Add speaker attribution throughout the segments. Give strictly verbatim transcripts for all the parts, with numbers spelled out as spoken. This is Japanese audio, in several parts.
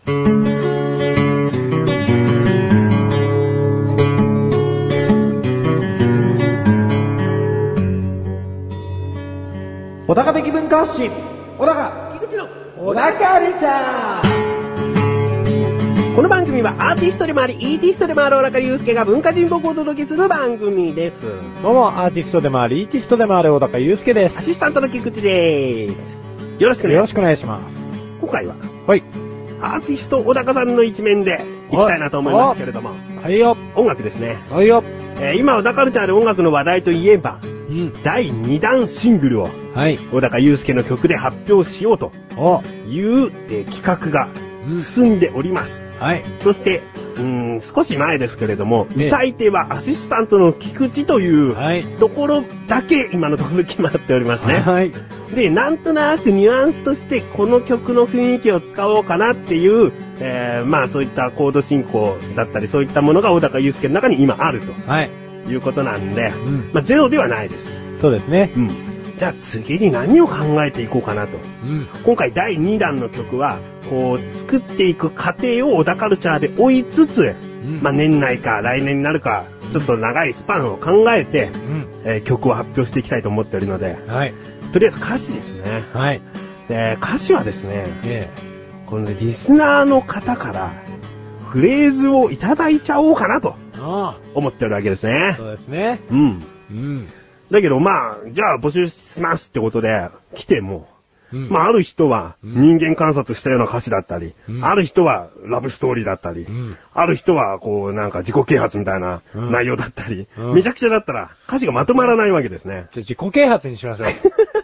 Speaker 1: 小高的文化発信、小高菊池の小高カルチャー。この番組はアーティストでもありイーティストでもある小高祐介が文化人僕をお届けする番組です。
Speaker 2: どうもアーティストでもありイーティストでもある小高祐介です。
Speaker 1: アシスタントの菊池です。よろしくお願いします。
Speaker 2: よろしくお願いします。
Speaker 1: 今回は
Speaker 2: はい
Speaker 1: アーティスト小高さんの一面でいきたいなと思いますけれども、
Speaker 2: はいよ
Speaker 1: 音楽ですね。
Speaker 2: はいよ、
Speaker 1: えー、今小高カルチャーで音楽の話題といえば、うん、だいにだんシングルを
Speaker 2: はい
Speaker 1: 小高祐介の曲で発表しようという、えー、企画が進んでおります。
Speaker 2: はい。
Speaker 1: そして、うーん、少し前ですけれども、
Speaker 2: ね、
Speaker 1: 歌い手はアシスタントの菊池というところだけ今のところ決まっておりますね。
Speaker 2: はい。
Speaker 1: で、なんとなくニュアンスとしてこの曲の雰囲気を使おうかなっていう、えー、まあそういったコード進行だったりそういったものが小高祐介の中に今あると、はい、いうことなんで、うん、まあゼロではないです。
Speaker 2: そうですね。
Speaker 1: うん。じゃあ次に何を考えていこうかなと。うん、今回だいにだんの曲は、こう作っていく過程を小高カルチャーで追いつつ、うん、まあ年内か来年になるか、ちょっと長いスパンを考えて、うんえー、曲を発表していきたいと思っているので、はい、とりあえず歌詞ですね。はい、で歌詞はですね、えー、このリスナーの方からフレーズをいただいちゃおうかなと思ってるわけですね。
Speaker 2: そうですね。
Speaker 1: うん。うんだけどまあ、じゃあ募集しますってことで来ても、うん、まあある人は人間観察したような歌詞だったり、うん、ある人はラブストーリーだったり、うん、ある人はこうなんか自己啓発みたいな内容だったり、うん、めちゃくちゃだったら歌詞がまとまらないわけですね。
Speaker 2: じゃあ自己啓発にしましょう。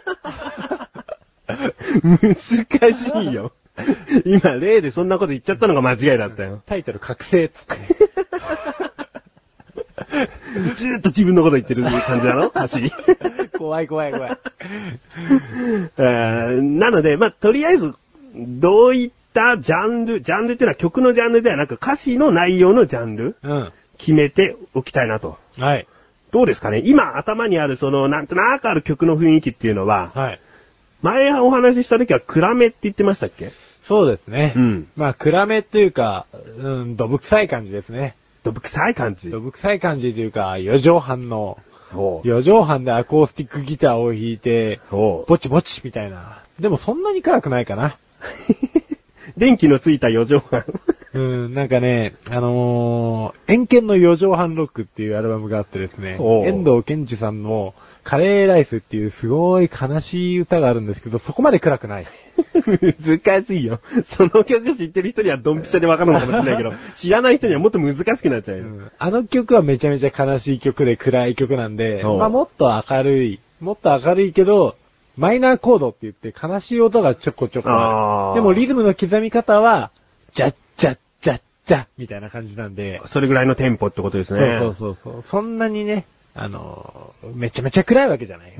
Speaker 1: 難しいよ。今例でそんなこと言っちゃったのが間違いだったよ。
Speaker 2: タイトル覚醒っつって。
Speaker 1: ずーっと自分のこと言ってる感じなの走り。
Speaker 2: 怖い怖い怖い。
Speaker 1: えー、なので、まあ、とりあえず、どういったジャンル、ジャンルっていうのは曲のジャンルではなく歌詞の内容のジャンル、うん、決めておきたいなと。はい。どうですかね今頭にあるその、なんとなくある曲の雰囲気っていうのは、はい。前お話しした時は暗めって言ってましたっけ？
Speaker 2: そうですね。うん。まあ、暗めっていうか、うん、どぶ臭い感じですね。
Speaker 1: どぶ臭い感じ。
Speaker 2: どぶ臭い感じというか、四畳半の、四畳半でアコースティックギターを弾いて、ぼちぼちみたいな。でもそんなに暗くないかな。
Speaker 1: 電気のついた四畳半。
Speaker 2: うん、なんかね、あのー、遠見の四畳半ロックっていうアルバムがあってですね、遠藤健二さんのカレーライスっていうすごい悲しい歌があるんですけど、そこまで暗くない。
Speaker 1: 難しいよ。その曲知ってる人にはドンピシャでわかるのかもしれないけど、知らない人にはもっと難しくなっちゃうよ、うん。
Speaker 2: あの曲はめちゃめちゃ悲しい曲で暗い曲なんで、まあもっと明るい、もっと明るいけど、マイナーコードって言って悲しい音がちょこちょこある。でもリズムの刻み方は、ジャッジャッジャッジャッみたいな感じなんで。
Speaker 1: それぐらいのテンポってことですね。
Speaker 2: そうそうそうそう。そんなにね、あのー、めちゃめちゃ暗いわけじゃないよ。うん。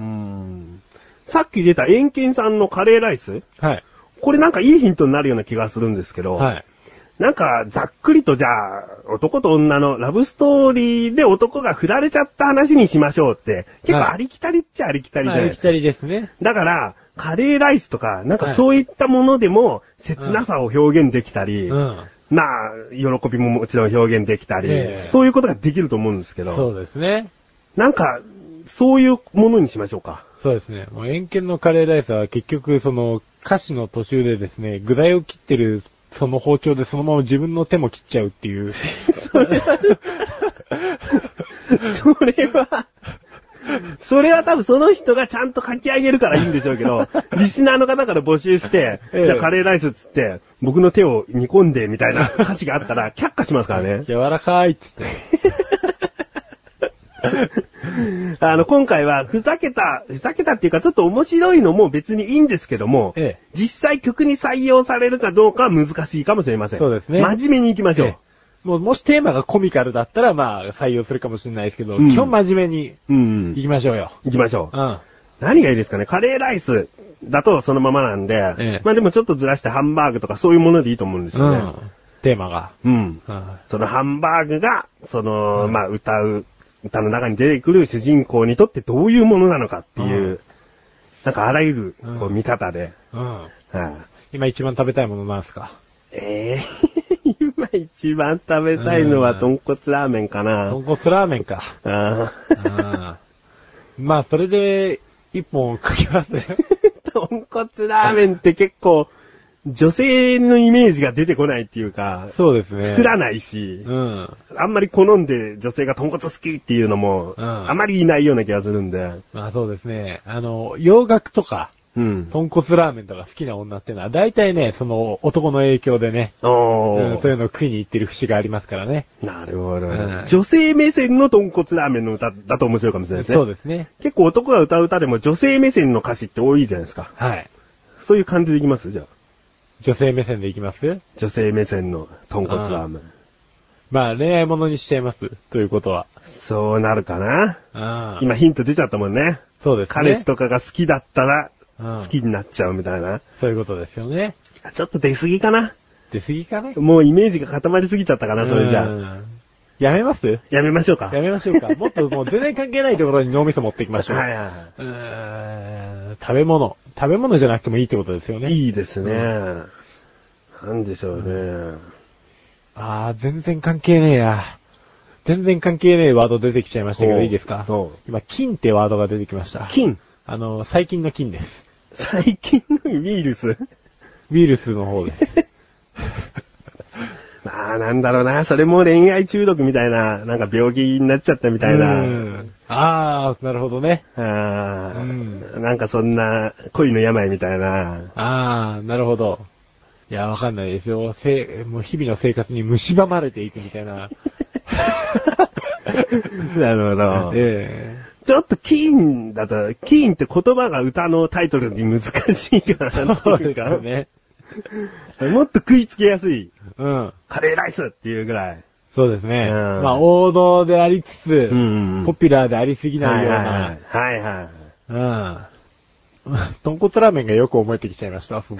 Speaker 1: さっき出たエンケンさんのカレーライス？はい。これなんかいいヒントになるような気がするんですけど。はい。なんか、ざっくりとじゃあ、男と女のラブストーリーで男が振られちゃった話にしましょうって、結構ありきたりっちゃありきたりじゃないですか。
Speaker 2: ありきたりですね。
Speaker 1: だから、カレーライスとか、なんかそういったものでも、切なさを表現できたり、うん、まあ、喜びももちろん表現できたり、えー、そういうことができると思うんですけど。
Speaker 2: そうですね。
Speaker 1: なんか、そういうものにしましょうか。
Speaker 2: そうですね。もう遠見のカレーライスは結局その歌詞の途中でですね、具材を切ってるその包丁でそのまま自分の手も切っちゃうっていう。それは、
Speaker 1: それは、それは多分その人がちゃんと書き上げるからいいんでしょうけど、リスナーの方から募集して、ええ、じゃあカレーライスっつって、僕の手を煮込んでみたいな歌詞があったら却下しますからね。
Speaker 2: 柔らかいっつって。
Speaker 1: あの、今回はふざけた、ふざけたっていうかちょっと面白いのも別にいいんですけども、ええ、実際曲に採用されるかどうかは難しいかもしれません。
Speaker 2: そうですね。
Speaker 1: 真面目に行きましょう。え
Speaker 2: え、もう、もしテーマがコミカルだったらまあ採用するかもしれないですけど、うん、基本真面目に行きましょうよ。
Speaker 1: 行きましょう。うん。何がいいですかね、カレーライスだとそのままなんで、ええ、まあでもちょっとずらしてハンバーグとかそういうものでいいと思うんですよね。うん、
Speaker 2: テーマが。
Speaker 1: うん。うん、そのハンバーグが、その、うん、まあ歌う、歌の中に出てくる主人公にとってどういうものなのかっていう、うん、なんかあらゆるこう見方で、うんうん、
Speaker 2: はあ、今一番食べたいものなんですか？
Speaker 1: ええー、今一番食べたいのは豚骨ラーメンかな。
Speaker 2: 豚骨ラーメンか。ああ。まあ、それで、一本かけますね。
Speaker 1: 豚骨ラーメンって結構、女性のイメージが出てこないっていうか、
Speaker 2: そうですね。
Speaker 1: 作らないし、
Speaker 2: うん。
Speaker 1: あんまり好んで女性が豚骨好きっていうのも、うん、あまりいないような気がするんで。
Speaker 2: まあそうですね。あの、洋楽とか、うん、豚骨ラーメンとか好きな女っていうのは、大体ね、その男の影響でね、おー、うん、そういうのを食いに行ってる節がありますからね。
Speaker 1: なるほど、うん。女性目線の豚骨ラーメンの歌だと面白いかもしれないですね。
Speaker 2: そうですね。
Speaker 1: 結構男が歌う歌でも女性目線の歌詞って多いじゃないですか。
Speaker 2: はい。
Speaker 1: そういう感じでいきますじゃあ。
Speaker 2: 女性目線でいきます？
Speaker 1: 女性目線の豚骨ラーメン。
Speaker 2: まあ恋愛ものにしちゃいます。ということは。
Speaker 1: そうなるかな。あ今ヒント出ちゃったもんね。
Speaker 2: そうですね。
Speaker 1: 彼氏とかが好きだったら、好きになっちゃうみたいな。
Speaker 2: そういうことですよね。
Speaker 1: ちょっと出過ぎかな。
Speaker 2: 出過ぎかね。
Speaker 1: もうイメージが固まりすぎちゃったかな、それじゃあ。
Speaker 2: やめます
Speaker 1: やめましょうか。
Speaker 2: やめましょうか。もっともう全然関係ないところに脳みそ持っていきましょう。
Speaker 1: はいはいはい。
Speaker 2: うーん食べ物。食べ物じゃなくてもいいってことですよね。
Speaker 1: いいですね。うんなんでしょうね。うん、
Speaker 2: あー、全然関係ねえや。全然関係ねえワード出てきちゃいましたけど、いいですか？今、金ってワードが出てきました。
Speaker 1: 金
Speaker 2: あの、最近の金です。
Speaker 1: 最近のウイルス
Speaker 2: ウイルスの方です。
Speaker 1: まあ、なんだろうな。それも恋愛中毒みたいな、なんか病気になっちゃったみたいな。
Speaker 2: うんあー、なるほどね。
Speaker 1: あー、うん、なんかそんな恋の病みたいな。
Speaker 2: あー、なるほど。いや、わかんないですよ。せ、もう日々の生活に蝕まれていくみたいな。
Speaker 1: なるほど。ええー、ちょっと金だと、金って言葉が歌のタイトルに難しいからな。
Speaker 2: そうですよね。
Speaker 1: もっと食いつけやすい。
Speaker 2: うん。
Speaker 1: カレーライスっていうぐらい。
Speaker 2: そうですね。うん、まあ王道でありつつ、うんうん、ポピュラーでありすぎないような。
Speaker 1: はいはい。はいはい。
Speaker 2: うん。豚骨ラーメンがよく思えてきちゃいました。その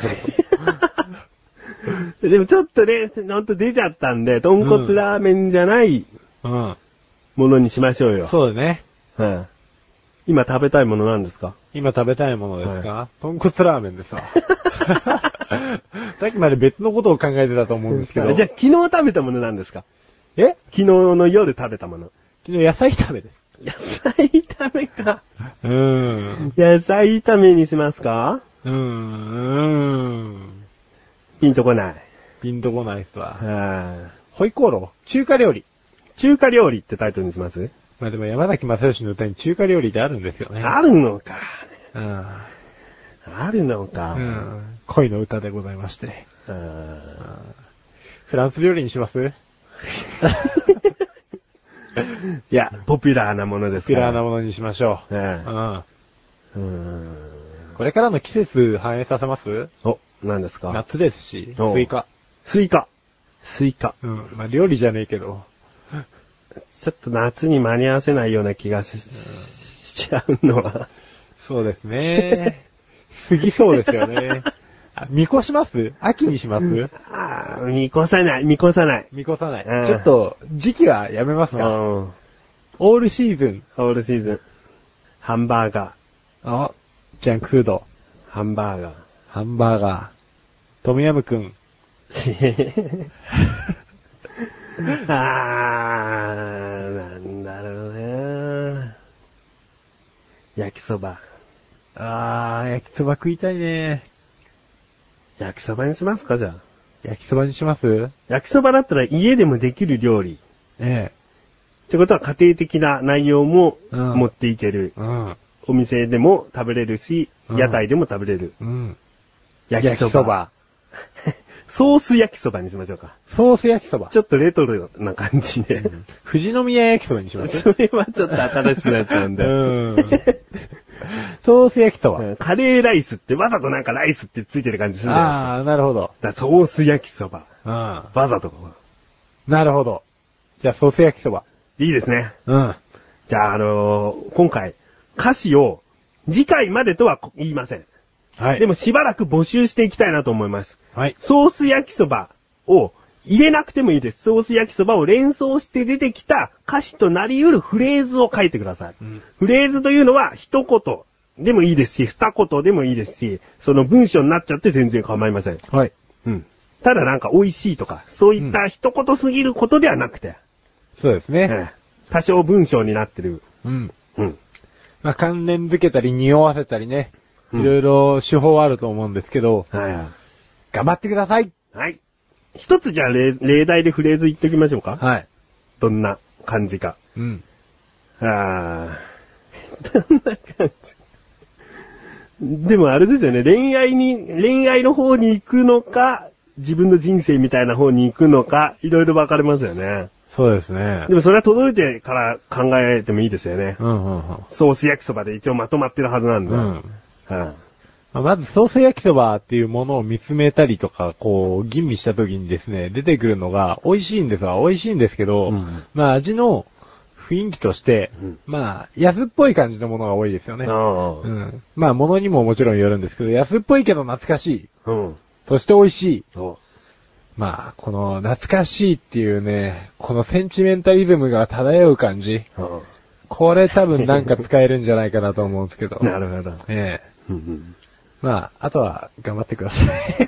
Speaker 1: でもちょっとね、ほんと出ちゃったんで、豚骨ラーメンじゃないものにしましょうよ。
Speaker 2: うん、そうだね。
Speaker 1: うん。今食べたいものなんですか？
Speaker 2: 今食べたいものですか？はい、豚骨ラーメンですわ。さっきまで別のことを考えてたと思うんですけど。
Speaker 1: じゃあ昨日食べたものなんですか？
Speaker 2: え？
Speaker 1: 昨日の夜食べたもの。
Speaker 2: 昨日野菜炒めです。
Speaker 1: 野菜炒めか。
Speaker 2: うーん。
Speaker 1: 野菜炒めにしますか？
Speaker 2: うーん。うーん。
Speaker 1: ピンとこない。
Speaker 2: ピンとこないっすわ。
Speaker 1: は
Speaker 2: ホイコーロー中華料理。
Speaker 1: 中華料理ってタイトルにします？
Speaker 2: まあでも山崎正義の歌に中華料理ってあるんですよね。
Speaker 1: あるのか。
Speaker 2: うん。
Speaker 1: あるのか。
Speaker 2: うん。恋の歌でございまして。うん。フランス料理にします？
Speaker 1: いや、ポピュラーなものですから。
Speaker 2: ポピュラーなものにしましょう。うん。うん。これからの季節反映させます？
Speaker 1: お、何ですか？
Speaker 2: 夏ですし、スイカ。
Speaker 1: スイカ。スイカ。
Speaker 2: うん。まあ料理じゃねえけど。
Speaker 1: ちょっと夏に間に合わせないような気が し, しちゃうのは。
Speaker 2: そうですね。過ぎそうですよね。見越します秋にします
Speaker 1: ああ、見越さない、見越さない。
Speaker 2: 見越さない。うん、ちょっと、時期はやめますか、うん、オールシーズン。
Speaker 1: オールシーズン。ハンバーガ
Speaker 2: ー。あ、ジャンクフード。
Speaker 1: ハンバーガー。
Speaker 2: ハンバーガー。トムヤムくん。
Speaker 1: あー、なんだろうね。焼きそば。
Speaker 2: あー、焼きそば食いたいね。
Speaker 1: 焼きそばにしますかじゃあ。
Speaker 2: 焼きそばにします？
Speaker 1: 焼きそばだったら家でもできる料理。
Speaker 2: ええ。
Speaker 1: ってことは家庭的な内容も持っていける。うん。お店でも食べれるし、うん、屋台でも食べれる。うん。焼きそば。焼きそば。ソース焼きそばにしましょうか。
Speaker 2: ソース焼きそば。
Speaker 1: ちょっとレトロな感じで。うん、
Speaker 2: 富士宮焼きそばにします？
Speaker 1: それはちょっと新しくなっちゃうんで。うん。
Speaker 2: ソース焼きそば、うん。
Speaker 1: カレーライスってわざとなんかライスってついてる感じするじゃないですか。
Speaker 2: ああ、なるほど。
Speaker 1: だソース焼きそば。
Speaker 2: うん。
Speaker 1: わざと。
Speaker 2: なるほど。じゃあソース焼きそば。
Speaker 1: いいですね。
Speaker 2: うん。
Speaker 1: じゃあ、あのー、今回、歌詞を次回までとは言いません。はい。でもしばらく募集していきたいなと思います。
Speaker 2: はい。
Speaker 1: ソース焼きそばを入れなくてもいいです。ソース焼きそばを連想して出てきた歌詞となり得るフレーズを書いてください。うん、フレーズというのは一言でもいいですし、二言でもいいですし、その文章になっちゃって全然構いません。
Speaker 2: はい。
Speaker 1: うん。 ただなんか美味しいとか、そういった一言すぎることではなくて。
Speaker 2: そうですね。
Speaker 1: ええ、多少文章になってる。
Speaker 2: うん。
Speaker 1: うん。
Speaker 2: まあ、関連付けたり匂わせたりね。いろいろ手法あると思うんですけど。
Speaker 1: はいはい。
Speaker 2: 頑張ってください。
Speaker 1: はい。一つじゃあ例、例題でフレーズ言っておきましょうか。
Speaker 2: はい。
Speaker 1: どんな感じか。
Speaker 2: うん。
Speaker 1: あー。どんな感じ。でもあれですよね、恋愛に、恋愛の方に行くのか、自分の人生みたいな方に行くのか、いろいろ分かれますよね。
Speaker 2: そうですね。
Speaker 1: でもそれは届いてから考えてもいいですよね。
Speaker 2: うんうんうん。
Speaker 1: ソース焼きそばで一応まとまってるはずなんで。うん。は
Speaker 2: あ、まあ、まずソース焼きそばっていうものを見つめたりとか、こう、吟味した時にですね、出てくるのが美味しいんですわ。美味しいんですけど、うん、まあ味の雰囲気として、うん、まあ安っぽい感じのものが多いですよね。うん、まあ物にももちろんよるんですけど、安っぽいけど懐かしい。うん、そして美味しい。まあ、この懐かしいっていうね、このセンチメンタリズムが漂う感じ。これ多分なんか使えるんじゃないかなと思うんですけど。
Speaker 1: なるほど。
Speaker 2: ええ。まあ、あとは頑張ってください。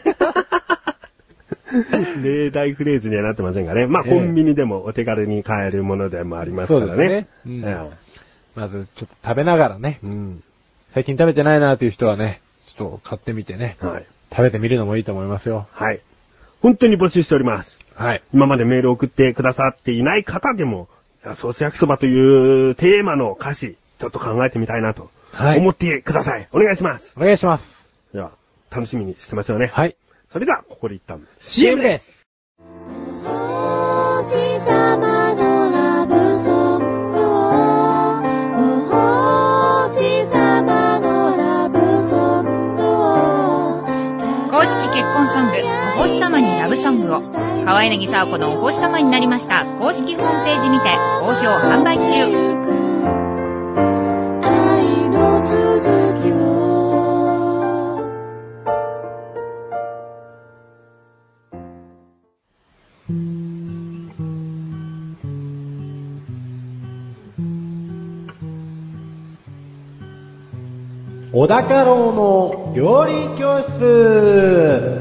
Speaker 1: 例題フレーズにはなってませんがね。まあ、えー、コンビニでもお手軽に買えるものでもありますからね。そうですね。うん、えー、
Speaker 2: まず、ちょっと食べながらね、うん。最近食べてないなという人はね、ちょっと買ってみてね。はい。食べてみるのもいいと思いますよ。
Speaker 1: はい。本当に募集しております。
Speaker 2: はい。
Speaker 1: 今までメールを送ってくださっていない方でも、ソース焼きそばというテーマの歌詞、ちょっと考えてみたいなと。はい。思ってください。お願いします。
Speaker 2: お願いします。
Speaker 1: では、楽しみにしてますよね。
Speaker 2: はい。
Speaker 1: それでは、ここで一旦
Speaker 2: シーエム です。
Speaker 3: お星様のラブソングを、お星様のラブソングを、
Speaker 4: 公式結婚ソング、お星様にラブソングを、河合凪沙子のお星様になりました。公式ホームページにて、好評販売中。
Speaker 3: 愛の続きを
Speaker 2: 小高郎の料理教室。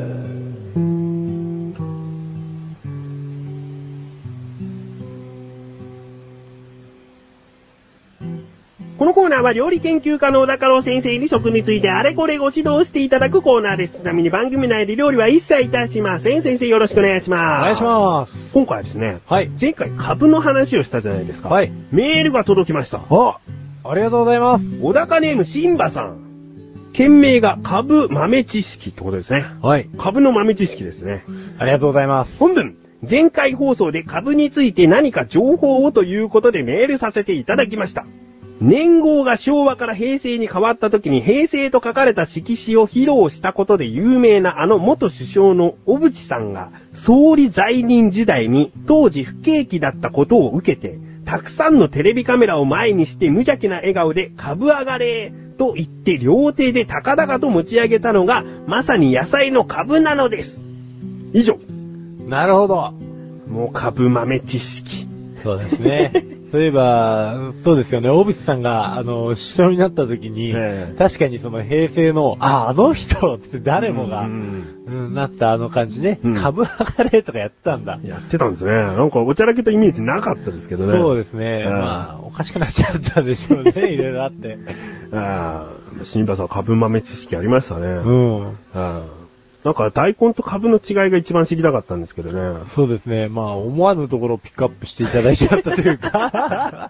Speaker 1: このコーナーは料理研究家の小高郎先生に食についてあれこれご指導していただくコーナーです。ちなみに番組内で料理は一切いたしません。先生よろしくお願いします。
Speaker 2: お願いします。
Speaker 1: 今回はですね、
Speaker 2: はい。
Speaker 1: 前回株の話をしたじゃないですか。
Speaker 2: はい。
Speaker 1: メールが届きました。
Speaker 2: あ、ありがとうございます。
Speaker 1: 小高ネームシンバさん。件名が株豆知識ってことですね。
Speaker 2: はい。
Speaker 1: 株の豆知識ですね。
Speaker 2: ありがとうございます。
Speaker 1: 本文。前回放送で株について何か情報をということでメールさせていただきました。年号が昭和から平成に変わった時に平成と書かれた色紙を披露したことで有名なあの元首相の小渕さんが総理在任時代に当時不景気だったことを受けてたくさんのテレビカメラを前にして無邪気な笑顔で株上がれと言って両手で高々と持ち上げたのがまさに野菜の株なのです。以上。
Speaker 2: なるほど。
Speaker 1: もう株豆知識。
Speaker 2: そうですね。そういえば、そうですよね。小渕さんが、あの、首相になった時に、えー、確かにその平成の、あ、あの人って誰もが、うん、うん、なったあの感じね、うん、株上がれとかやってたんだ。
Speaker 1: やってたんですね。なんかおちゃらけたイメージなかったですけどね。
Speaker 2: そうですね。えー、まあ、おかしくなっちゃったでしょうね。いろいろあって。
Speaker 1: ああ、新馬さん株豆知識ありましたね。
Speaker 2: うん。
Speaker 1: あなんか大根と株の違いが一番知りたかったんですけどね。
Speaker 2: そうですね。まあ思わぬところをピックアップしていただいちゃったというか。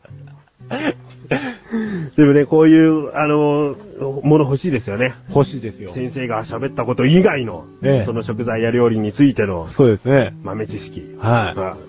Speaker 1: でもね、こういう、あの、もの欲しいですよね。
Speaker 2: 欲しいですよ。
Speaker 1: 先生が喋ったこと以外の、ええ、その食材や料理についての、
Speaker 2: そうですね。
Speaker 1: 豆知識。
Speaker 2: はい。はい、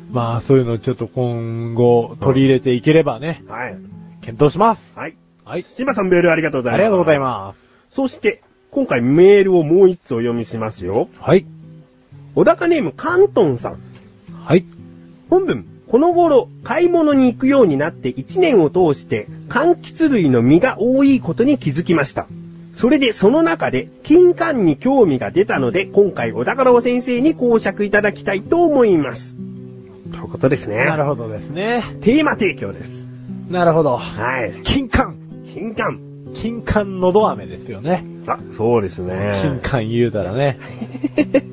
Speaker 2: まあそういうのをちょっと今後取り入れていければね。
Speaker 1: はい。
Speaker 2: 検討します。
Speaker 1: はい。
Speaker 2: はい。
Speaker 1: シンバさんメールありがとうございます。
Speaker 2: ありがとうございます。
Speaker 1: そして、今回メールをもう一つお読みしますよ。
Speaker 2: はい。
Speaker 1: 小高ネームカントンさん。
Speaker 2: はい。
Speaker 1: 本文。この頃、買い物に行くようになって一年を通して、柑橘類の実が多いことに気づきました。それでその中で、金柑に興味が出たので、今回小高郎先生に講釈いただきたいと思います。ということですね。
Speaker 2: なるほどですね。
Speaker 1: テーマ提供です。
Speaker 2: なるほど。
Speaker 1: はい。
Speaker 2: 金柑。
Speaker 1: 金柑。
Speaker 2: 金柑のど飴ですよね。
Speaker 1: あ、そうですね。
Speaker 2: 金柑言うたらね。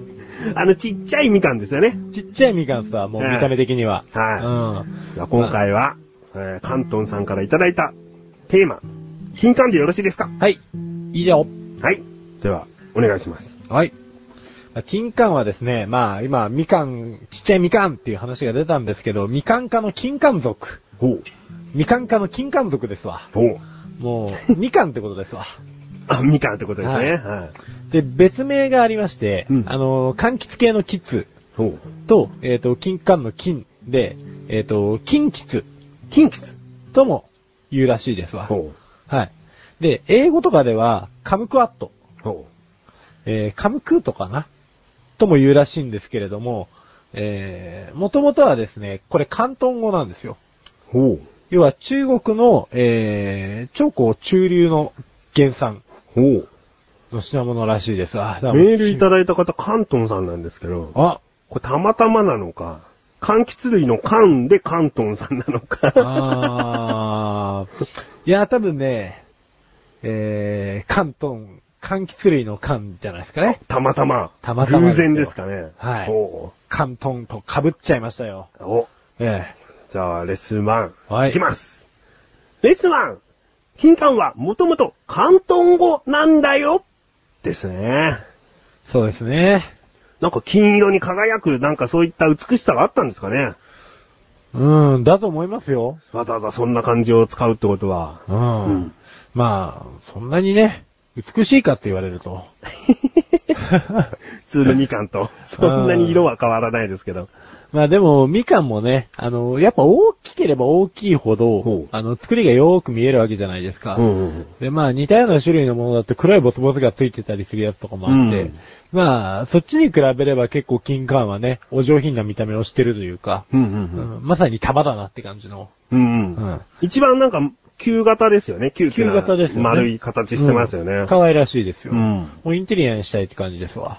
Speaker 1: あの、ちっちゃいみかんですよね。
Speaker 2: ちっちゃいみかんさ、もう見た目的には。
Speaker 1: はい。うん。じゃあ今回は、えー、カントンさんからいただいたテーマ、金柑でよろしいですか？
Speaker 2: はい。いいよ。
Speaker 1: はい。では、お願いします。
Speaker 2: はい。金柑はですね、まあ今、みかん、ちっちゃいみかんっていう話が出たんですけど、みかん科の金柑属。
Speaker 1: ほう。
Speaker 2: みかん科の金柑属ですわ。
Speaker 1: ほう。
Speaker 2: もう、みかんってことですわ。
Speaker 1: あ、みかんってことですね。はい。
Speaker 2: はい、で、別名がありまして、うん、あの、柑橘系の橘と、えっ、ー、と、金柑の金で、えっ、ー、と、金橘。
Speaker 1: 金橘
Speaker 2: とも言うらしいですわ。
Speaker 1: ほ
Speaker 2: う。はい。で、英語とかでは、カムクワット。
Speaker 1: ほう。
Speaker 2: えー、カムクートかなとも言うらしいんですけれども、えー、もともとはですね、これ広東語なんですよ。
Speaker 1: ほう。
Speaker 2: 要は中国の、えー、超高中流の原産。
Speaker 1: ほう。
Speaker 2: の品物らしいですわ。
Speaker 1: メールいただいた方、関東さんなんですけど。
Speaker 2: あ、
Speaker 1: これたまたまなのか、柑橘類の柑で関東さんなのか。
Speaker 2: あー。いや、多分ね、えー、関東、柑橘類の柑じゃないですかね。
Speaker 1: たまたま。
Speaker 2: たまたま。
Speaker 1: 偶然ですかね。
Speaker 2: はい。関東と被っちゃいましたよ。
Speaker 1: お。
Speaker 2: ええ。
Speaker 1: じゃあ、レッスンワン。
Speaker 2: はい。
Speaker 1: いきます。レッスンワン。金柑はもともと広東語なんだよ。ですね。
Speaker 2: そうですね。
Speaker 1: なんか金色に輝く、なんかそういった美しさがあったんですかね。
Speaker 2: うん、だと思いますよ。
Speaker 1: わざわざそんな漢字を使うってことは。
Speaker 2: うん。うん、まあ、そんなにね、美しいかって言われると。
Speaker 1: 普通のみかんと、そんなに色は変わらないですけど。
Speaker 2: まあでも、みかんもね、あの、やっぱ大きければ大きいほど、あの、作りがよーく見えるわけじゃないですか。
Speaker 1: うんうんうん、
Speaker 2: で、まあ似たような種類のものだと黒いボツボツがついてたりするやつとかもあって、うん、まあ、そっちに比べれば結構金柑はね、お上品な見た目をしてるというか、
Speaker 1: うんうんうん
Speaker 2: うん、まさに束だなって感じの。
Speaker 1: うんうんうん、一番なんか、球型ですよね。球
Speaker 2: 型ですよね。
Speaker 1: 丸い形してますよね。
Speaker 2: うん、可愛らしいですよ。
Speaker 1: うん、
Speaker 2: もうインテリアにしたいって感じですわ。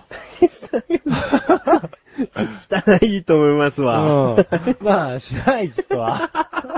Speaker 1: したらいいと思いますわ。
Speaker 2: うん、まあ、しない人は。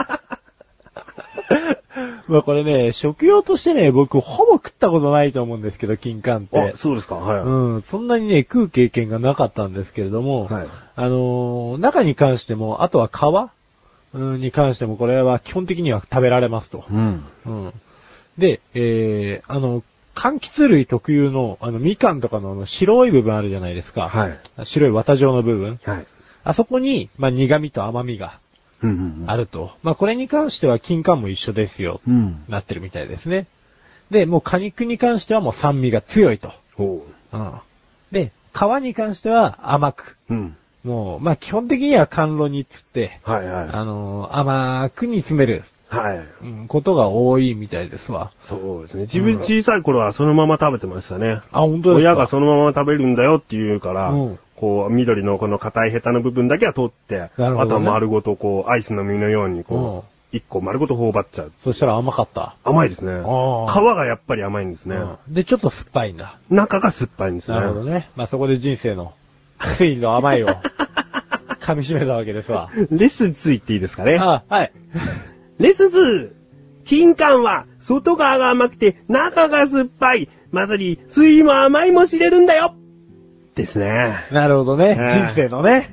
Speaker 2: まあこれね、食用としてね、僕ほぼ食ったことないと思うんですけど、金柑って。
Speaker 1: あ、そうですか、はい。
Speaker 2: うん、そんなにね、食う経験がなかったんですけれども、はい、あのー、中に関しても、あとは皮に関してもこれは基本的には食べられますと。
Speaker 1: うん。
Speaker 2: うん。で、えー、あの、柑橘類特有の、あの、みかんとかのあの白い部分あるじゃないですか。
Speaker 1: はい。
Speaker 2: 白い綿状の部分。
Speaker 1: はい。
Speaker 2: あそこに、まあ、苦味と甘みが、あると。うんうんうん、まあ、これに関しては金柑も一緒ですよ。
Speaker 1: うん。
Speaker 2: なってるみたいですね。で、もう果肉に関してはもう酸味が強いと。
Speaker 1: ほ
Speaker 2: う。うん。で、皮に関しては甘く。
Speaker 1: うん。
Speaker 2: もう、まあ、基本的には甘露煮っつって、
Speaker 1: はいはい。
Speaker 2: あのー、甘く煮詰める。
Speaker 1: はい。
Speaker 2: うん、ことが多いみたいですわ。
Speaker 1: そうですね。自分小さい頃はそのまま食べてましたね。
Speaker 2: あ、本当ですか？
Speaker 1: 親がそのまま食べるんだよって言うから、うん、こう、緑のこの硬いヘタの部分だけは取って、ね、あとは丸ごとこう、アイスの実のようにこう、一、うん、個丸ごと頬張っちゃう。
Speaker 2: そしたら甘かった。
Speaker 1: 甘いですね。皮がやっぱり甘いんですね、
Speaker 2: うん。で、ちょっと酸っぱいんだ。
Speaker 1: 中が酸っぱいんですね。
Speaker 2: なるほどね。まあ、そこで人生の、酸いの甘いを、噛み締めたわけですわ。
Speaker 1: レッスンツー言っていいですかね。
Speaker 2: あ、はい。
Speaker 1: レッスンツー。金柑は外側が甘くて中が酸っぱい。まさに酸いも甘いも知れるんだよ。ですね。
Speaker 2: なるほどね。人生のね。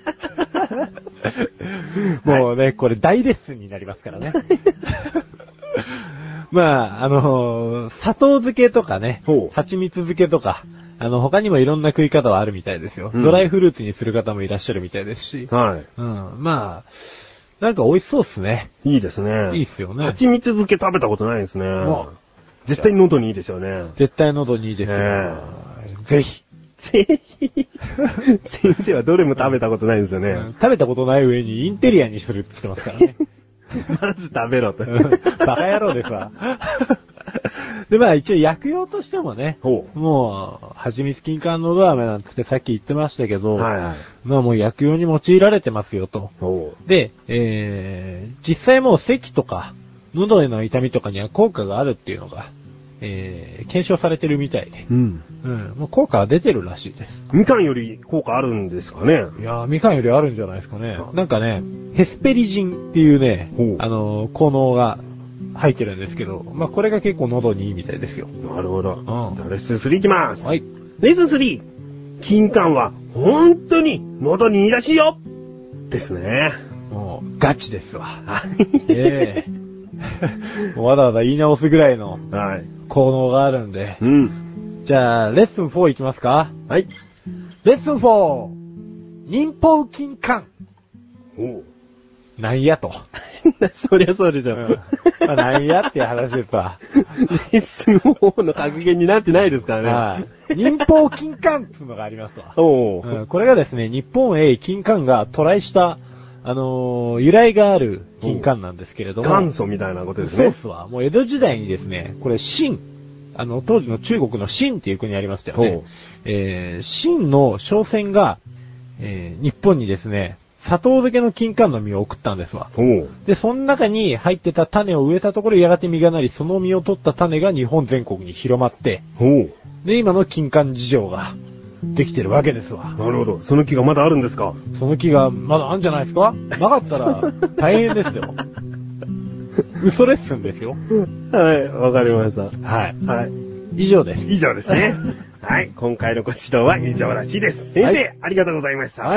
Speaker 2: もうね、はい、これ大レッスンになりますからね。まあ、あのー、砂糖漬けとかね、蜂蜜漬けとか、あの、他にもいろんな食い方はあるみたいですよ。うん、ドライフルーツにする方もいらっしゃるみたいですし。
Speaker 1: はい。
Speaker 2: うん。まあ、なんか美味しそうっすね。
Speaker 1: いいですね。
Speaker 2: いいっすよね。
Speaker 1: 蜂蜜漬け食べたことないですね。絶対喉にいいですよね。
Speaker 2: 絶対喉にいいですよ。
Speaker 1: ね、
Speaker 2: ぜひ。
Speaker 1: ぜひ。先生はどれも食べたことないんですよね、
Speaker 2: うん。食べたことない上にインテリアにするって言ってますからね。
Speaker 1: まず食べろと。
Speaker 2: バカ野郎ですわ。で、まあ一応薬用としてもね、もう、蜂蜜金柑のど飴なんつってさっき言ってましたけど、
Speaker 1: はいはい、
Speaker 2: まあもう薬用に用いられてますよと。で、えー、実際もう咳とか、喉への痛みとかには効果があるっていうのが、えー、検証されてるみたいで。
Speaker 1: うん。
Speaker 2: うん。もう効果が出てるらしいです。
Speaker 1: みかんより効果あるんですかね？
Speaker 2: いやー、みかんよりあるんじゃないですかね。なんかね、ヘスペリジンっていうね、あのー、効能が入ってるんですけど、まあ、これが結構喉にいいみたいですよ。
Speaker 1: なるほど。
Speaker 2: うん。
Speaker 1: じゃあレッスンスリーいきます。
Speaker 2: はい。
Speaker 1: レッスンスリー。 金柑は本当に喉にいいらしいよですね。
Speaker 2: もう、ガチですわ。ええわざわざ言い直すぐらいの効能があるんで。はい、うん。じゃあ、レッスンフォーいきますか？
Speaker 1: はい。
Speaker 2: レッスンフォー、忍法金柑。
Speaker 1: おう。
Speaker 2: なんやと。
Speaker 1: そりゃそうですよ。うん、
Speaker 2: まあ、なんやっていう話ですわ。
Speaker 1: レッスンフォーの格言になってないですからね。
Speaker 2: はい。忍法金柑っていうのがありますわ。
Speaker 1: おう、
Speaker 2: うん。これがですね、日本へ金柑が渡来した、あのー、由来がある金柑なんですけれども。
Speaker 1: 元祖みたいなことですね。
Speaker 2: そうっすわ。もう江戸時代にですね、これ秦、あの、当時の中国の秦っていう国ありましたよね。えー、秦の商船が、えー、日本にですね、砂糖漬けの金柑の実を送ったんですわ。で、その中に入ってた種を植えたところやがて実がなり、その実を取った種が日本全国に広まって、で、今の金柑事情ができてるわけですわ。
Speaker 1: なるほど。その木がまだあるんですか？
Speaker 2: その木がまだあるんじゃないですか？なかったら大変ですよ。嘘レッスンですよ。
Speaker 1: はい、わかりました。
Speaker 2: はい。
Speaker 1: はい。
Speaker 2: 以上です。
Speaker 1: 以上ですね。はい。今回のご指導は以上らしいです。先生、はい、ありがとうございました。
Speaker 2: はい。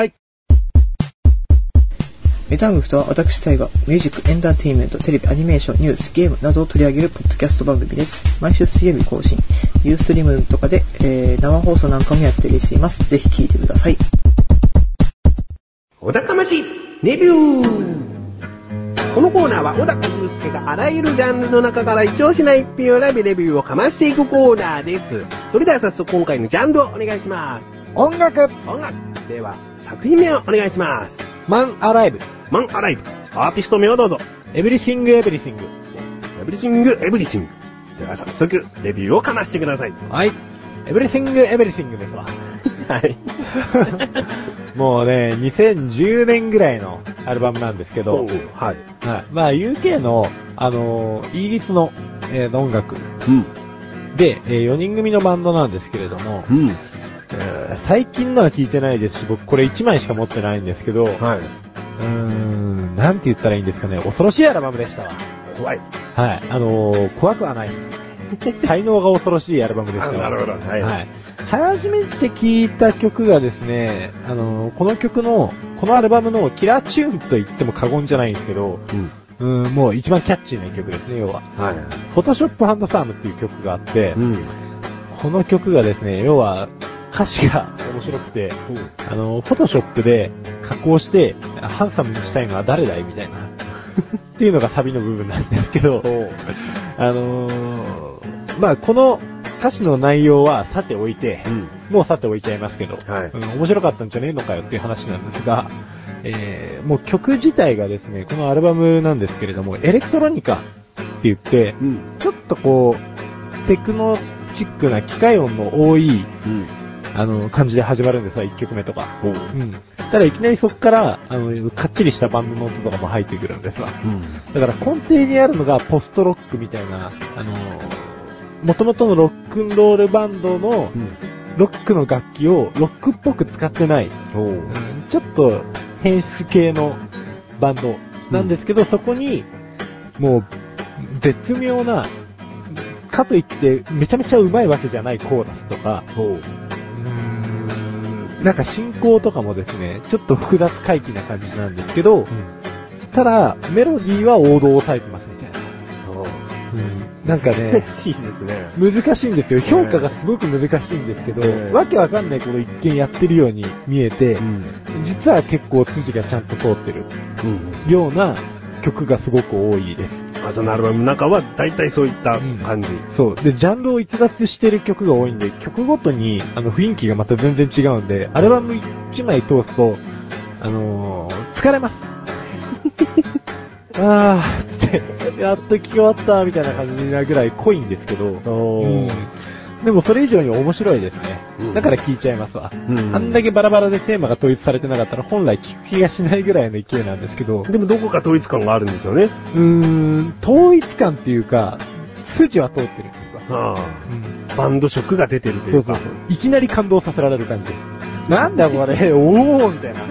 Speaker 5: メタングフとは私タイがミュージック、エンターテインメント、テレビ、アニメーション、ニュース、ゲームなどを取り上げるポッドキャスト番組です。毎週水曜日更新、ユーストリームとかで、えー、生放送なんかもやってりしています。ぜひ聞いてください。
Speaker 1: お高ましレビュー。このコーナーは小高祐介があらゆるジャンルの中から一押しな一品を選びレビューをかましていくコーナーです。それでは早速今回のジャンルをお願いします。
Speaker 2: 音楽。
Speaker 1: 音楽。では作品名をお願いします。
Speaker 2: マンアライブ。
Speaker 1: マンアライブ。アーティスト名をどうぞ。
Speaker 2: エブリシングエブリシング。
Speaker 1: エブリシングエブリシング。では早速レビューをかましてください。
Speaker 2: はい。エブリシングエブリシングですわ。
Speaker 1: はい。
Speaker 2: もうね、にせんじゅうねんぐらいのアルバムなんですけど、
Speaker 1: はい。
Speaker 2: はい。まあ ユーケー の、あのー、イギリスの、えー、音楽、
Speaker 1: うん、
Speaker 2: で、えー、よにん組のバンドなんですけれども、
Speaker 1: うん
Speaker 2: えー、最近のは聞いてないですし、僕これいちまいしか持ってないんですけど、
Speaker 1: はい。
Speaker 2: うーん、なんて言ったらいいんですかね、恐ろしいアルバムでしたわ。
Speaker 1: 怖い。
Speaker 2: はい。あのー、怖くはないです。才能が恐ろしいアルバムでしたわ。
Speaker 1: なるほど。はい。
Speaker 2: はい。初めて聞いた曲がですね、あのー、この曲の、このアルバムのキラーチューンと言っても過言じゃないんですけど、うん、うんもう一番キャッチーな曲ですね、要は。
Speaker 1: はい。
Speaker 2: フォトショップハンドサムっていう曲があって、うん、この曲がですね、要は、歌詞が面白くて、うん、あの、フォトショップで加工して、ハンサムにしたいのは誰だいみたいな。っていうのがサビの部分なんですけど、あのー、まあ、この歌詞の内容はさておいて、うん、もうさておいちゃいますけど、はいうん、面白かったんじゃねえのかよっていう話なんですが、えー、もう曲自体がですね、このアルバムなんですけれども、エレクトロニカって言って、うん、ちょっとこう、テクノチックな機械音の多い、うんあの、感じで始まるんですよ、いっきょくめとか。うん。ただいきなりそこから、あの、かっちりしたバンドの音とかも入ってくるんですわ。うん。だから根底にあるのがポストロックみたいな、あの、元々のロックンロールバンドの、ロックの楽器をロックっぽく使ってない、うん、ちょっと変質系のバンドなんですけど、うん、そこに、もう、絶妙な、かといってめちゃめちゃ上手いわけじゃないコーラスとか、なんか進行とかもですね、ちょっと複雑回帰な感じなんですけど、うん、ただ、メロディーは王道を押さえてますみたいな。うん、なんかね、
Speaker 1: 難しいですね。
Speaker 2: 難しいんですよ。評価がすごく難しいんですけど、えー、わけわかんないこと一見やってるように見えて、うん、実は結構筋がちゃんと通ってるような曲がすごく多いです。
Speaker 1: あそのアルバムの中は大体そういった感じ、うん、
Speaker 2: そうでジャンルを逸脱してる曲が多いんで曲ごとにあの雰囲気がまた全然違うんでアルバムいちまい通すとあのー、疲れますあーってやっと聴き終わったみたいな感じなぐらい濃いんですけど、うん、でもそれ以上に面白いですね、うん、だから聴いちゃいますわ、うん、あんだけバラバラでテーマが統一されてなかったら本来聴く気がしないぐらいの勢いなんですけど
Speaker 1: でもどこか統一感があるんですよね。う
Speaker 2: ーん統一感っていうか筋は通ってるんですわ、
Speaker 1: はあうん、バンド色が出てるというか
Speaker 2: そうそうそういきなり感動させられる感じなんだこれおーみたいな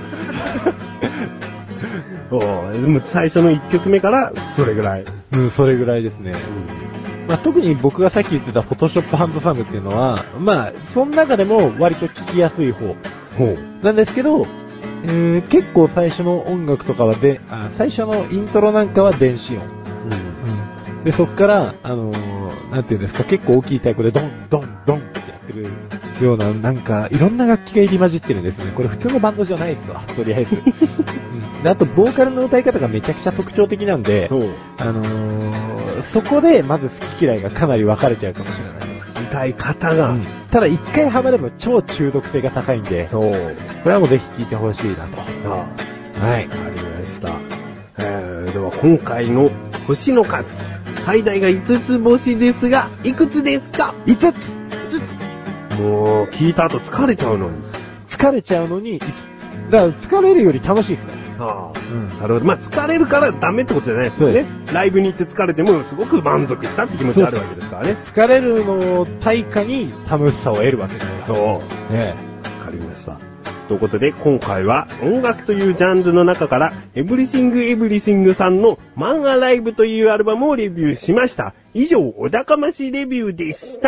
Speaker 1: おでも最初のいっきょくめからそれぐらい
Speaker 2: うんそれぐらいですね、 まあ、特に僕がさっき言ってたフォトショップハンドサムっていうのは、まあ、その中でも割と聞きやすい方。
Speaker 1: ほう。
Speaker 2: なんですけど、えー、結構最初の音楽とかはで、あ、最初のイントロなんかは電子音。うん。で、そっから、あのー、なんていうんですか、結構大きい太鼓でドン、ドン、ドンってやってるような、なんか、いろんな楽器が入り混じってるんですね。これ普通のバンドじゃないですわ、とりあえず。うん、であと、ボーカルの歌い方がめちゃくちゃ特徴的なんで、あのー、そこでまず好き嫌いがかなり分かれちゃうかもしれない。
Speaker 1: 歌い方が。うん、
Speaker 2: ただ一回ハマれば超中毒性が高いんで、これはもうぜひ聴いてほしいなと。
Speaker 1: あ
Speaker 2: あはい。
Speaker 1: ありました。えー、では今回の星の数、最大がいつつ星ですが、いくつですか？
Speaker 2: いつつ! いつ
Speaker 1: つもう、聞いた後疲れちゃうのに。
Speaker 2: 疲れちゃうのに、いつつだから疲れるより楽しいですね。
Speaker 1: ああ、うん。なるほど。まあ、疲れるからダメってことじゃないですよね。ライブに行って疲れてもすごく満足したって気持ちあるわけですからね。
Speaker 2: 疲れるの対価に楽しさを得るわけですよ。
Speaker 1: そう。
Speaker 2: ね
Speaker 1: え。わかりました。ということで、今回は音楽というジャンルの中から、エブリシングエブリシングさんの漫画ライブというアルバムをレビューしました。以上、お高ましレビューでした。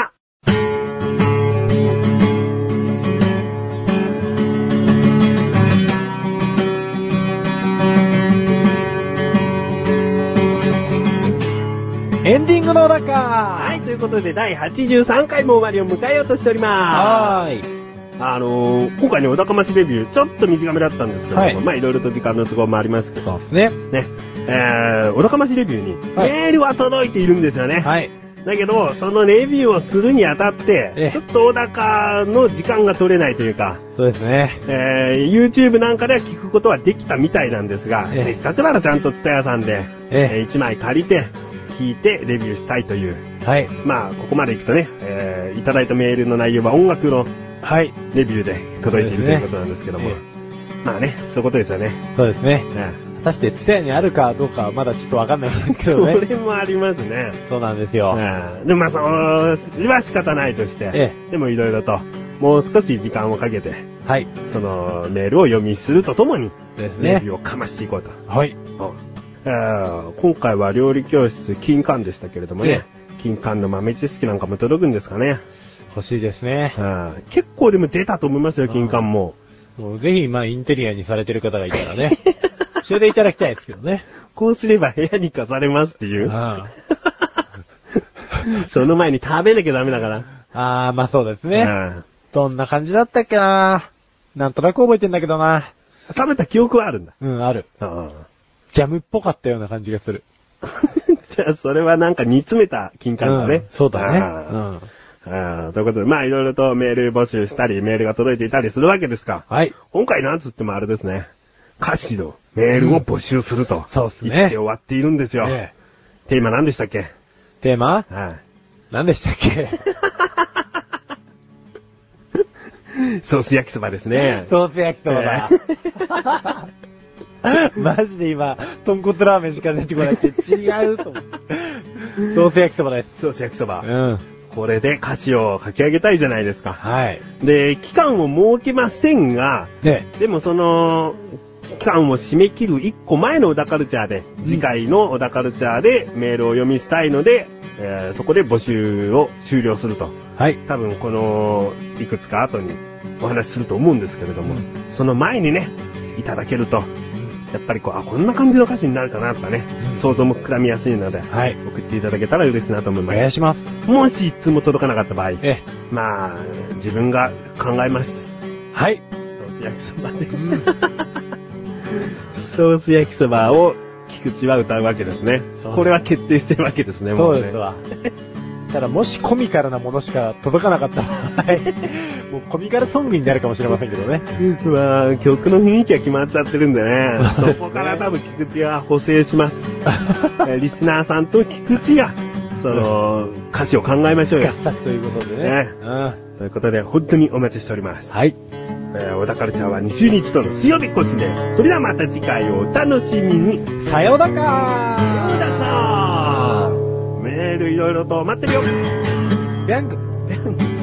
Speaker 2: エンディングの中
Speaker 1: はい、ということでだいはちじゅうさんかいも終わりを迎えようとしております。はーい。あのー、今回のお高ましレビュー、ちょっと短めだったんですけども、はい、まあいろいろと時間の都合もありますけど。
Speaker 2: そうですね。
Speaker 1: ね。えー、お高ましレビューに、はい、メールは届いているんですよね。はい。だけど、そのレビューをするにあたって、ちょっとお高の時間が取れないというか、
Speaker 2: そうですね。
Speaker 1: えー、YouTube なんかでは聞くことはできたみたいなんですが、せっかくならちゃんとツタヤさんで、えー、いちまい借りて、聞いてレビューしたいという。はい。まあ、ここまで行くとね、えー、いただいたメールの内容は音楽の、はい。レビューで届いている、ね、ということなんですけども。えー、まあね、そういうことですよね。
Speaker 2: そうですね。えー、果たしてツタヤにあるかどうかはまだちょっとわかんないんですけどね。
Speaker 1: それもありますね。
Speaker 2: そうなんですよ。
Speaker 1: えー、でもまあ、それは仕方ないとして、えー、でもいろいろと、もう少し時間をかけて、はい。そのメールを読みするとともに、ですね。レビューをかましていこうと。はい。えー、今回は料理教室金柑でしたけれどもね、金柑の豆知識なんかも届くんですかね。
Speaker 2: 欲しいですね。
Speaker 1: 結構でも出たと思いますよ、金柑も。
Speaker 2: もうぜひ、まあ、インテリアにされてる方がいたらね、教えていただきたいですけどね。
Speaker 1: こうすれば部屋に飾れますっていう。あその前に食べなきゃダメだから。
Speaker 2: あー、まあそうですね。どんな感じだったっけな。なんとなく覚えてんだけどな。
Speaker 1: 食べた記憶はあるんだ。
Speaker 2: うん、ある。あジャムっぽかったような感じがする。
Speaker 1: じゃあ、それはなんか煮詰めた金柑だね。うん、
Speaker 2: そうだね。うん
Speaker 1: あということで、まあいろいろとメール募集したり、メールが届いていたりするわけですか。はい。今回なんつってもあれですね。歌詞のメールを募集すると。うん、そうですね。言って終わっているんですよ。ええ、テーマ何でしたっけ？
Speaker 2: テーマ？はい。何でしたっけ？
Speaker 1: ソース焼きそばですね。
Speaker 2: ソース焼きそばだ。マジで今、豚骨ラーメンしか出てこなくて違うと思って。ソース焼きそばです。
Speaker 1: ソース焼きそば。うん。これで歌詞を書き上げたいじゃないですか。
Speaker 2: はい。
Speaker 1: で、期間を設けませんが、ね、でもその、期間を締め切るいっこまえの小田カルチャーで、うん、次回の小田カルチャーでメールを読みしたいので、えー、そこで募集を終了すると。はい。多分この、いくつか後にお話しすると思うんですけれども、うん、その前にね、いただけると、やっぱりこう、あ、こんな感じの歌詞になるかなとかね、うん、想像も膨らみやすいので、はい、送っていただけたら嬉しいなと思います。
Speaker 2: お願いします。
Speaker 1: もしいつも届かなかった場合、えまあ、自分が考えます。
Speaker 2: はい。
Speaker 1: ソース焼きそばで、うん、ソース焼きそばを菊池は歌うわけですね。これは決定してるわけですね、
Speaker 2: もうね。そうですわ。ただもしコミカルなものしか届かなかった場合、もうコミカルソングになるかもしれませんけどね。
Speaker 1: まあ、曲の雰囲気は決まっちゃってるんでね。そこから多分菊池は補正します。リスナーさんと菊池が、その、歌詞を考えましょうよ。
Speaker 2: 合作ということでね。ね
Speaker 1: うん、ということで、本当にお待ちしております。はい。えー、小田カルチャーはに週に一度の水曜日更新です。それではまた次回をお楽しみに。
Speaker 2: さようだかー。
Speaker 1: さようだかー。メールいろいろと待ってるよ。
Speaker 2: ビャング。